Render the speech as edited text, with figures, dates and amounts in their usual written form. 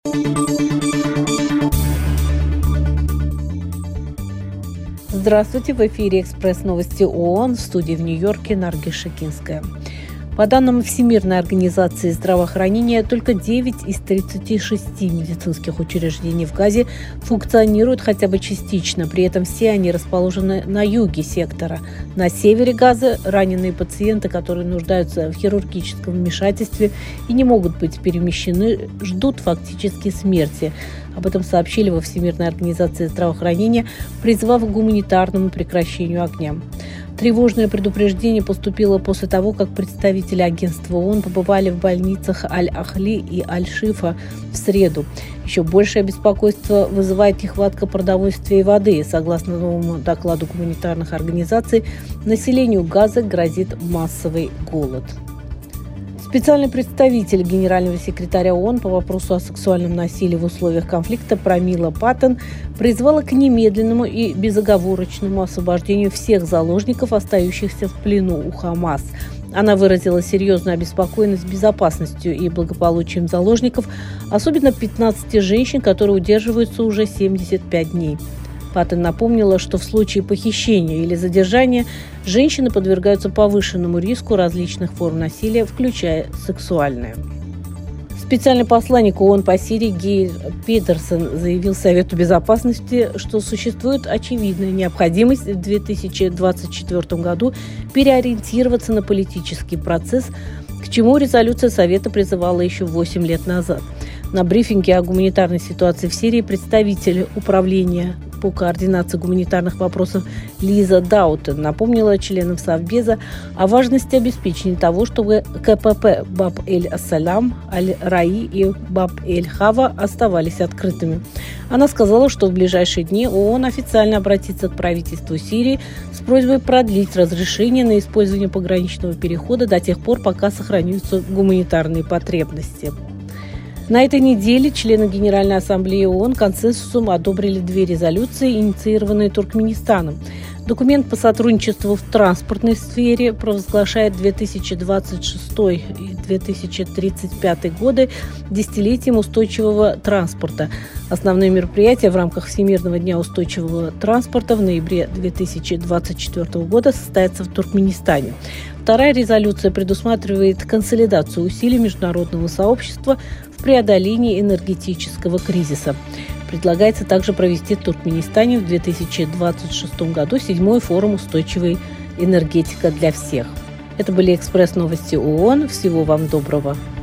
Здравствуйте, в эфире «Экспресс-новости ООН», в студии в Нью-Йорке Наргиз Шакинская. По данным Всемирной организации здравоохранения, только 9 из 36 медицинских учреждений в Газе функционируют хотя бы частично. При этом все они расположены на юге сектора. На севере Газы раненые пациенты, которые нуждаются в хирургическом вмешательстве и не могут быть перемещены, ждут фактически смерти. Об этом сообщили во Всемирной организации здравоохранения, призвав к гуманитарному прекращению огня. Тревожное предупреждение поступило после того, как представители агентства ООН побывали в больницах Аль-Ахли и Аль-Шифа в среду. Еще большее беспокойство вызывает нехватка продовольствия и воды. Согласно новому докладу гуманитарных организаций, населению Газы грозит массовый голод. Специальный представитель генерального секретаря ООН по вопросу о сексуальном насилии в условиях конфликта Прамила Паттен призвала к немедленному и безоговорочному освобождению всех заложников, остающихся в плену у Хамас. Она выразила серьезную обеспокоенность безопасностью и благополучием заложников, особенно 15 женщин, которые удерживаются уже 75 дней. Паттен напомнила, что в случае похищения или задержания женщины подвергаются повышенному риску различных форм насилия, включая сексуальное. Специальный посланник ООН по Сирии Гейр Петерсон заявил Совету Безопасности, что существует очевидная необходимость в 2024 году переориентироваться на политический процесс, к чему резолюция Совета призывала еще 8 лет назад. На брифинге о гуманитарной ситуации в Сирии представитель управления по координации гуманитарных вопросов Лиза Даутен напомнила членам Совбеза о важности обеспечения того, чтобы КПП Баб-эль-Салам, Аль-Раи и Баб-эль-Хава оставались открытыми. Она сказала, что в ближайшие дни ООН официально обратится к правительству Сирии с просьбой продлить разрешение на использование пограничного перехода до тех пор, пока сохраняются гуманитарные потребности. На этой неделе члены Генеральной ассамблеи ООН консенсусом одобрили 2 резолюции, инициированные Туркменистаном. Документ по сотрудничеству в транспортной сфере провозглашает 2026 и 2035 годы десятилетием устойчивого транспорта. Основные мероприятия в рамках Всемирного дня устойчивого транспорта в ноябре 2024 года состоятся в Туркменистане. Вторая резолюция предусматривает консолидацию усилий международного сообщества в преодолении энергетического кризиса. Предлагается также провести в Туркменистане в 2026 году 7-й форум «Устойчивая энергетика для всех». Это были экспресс-новости ООН. Всего вам доброго.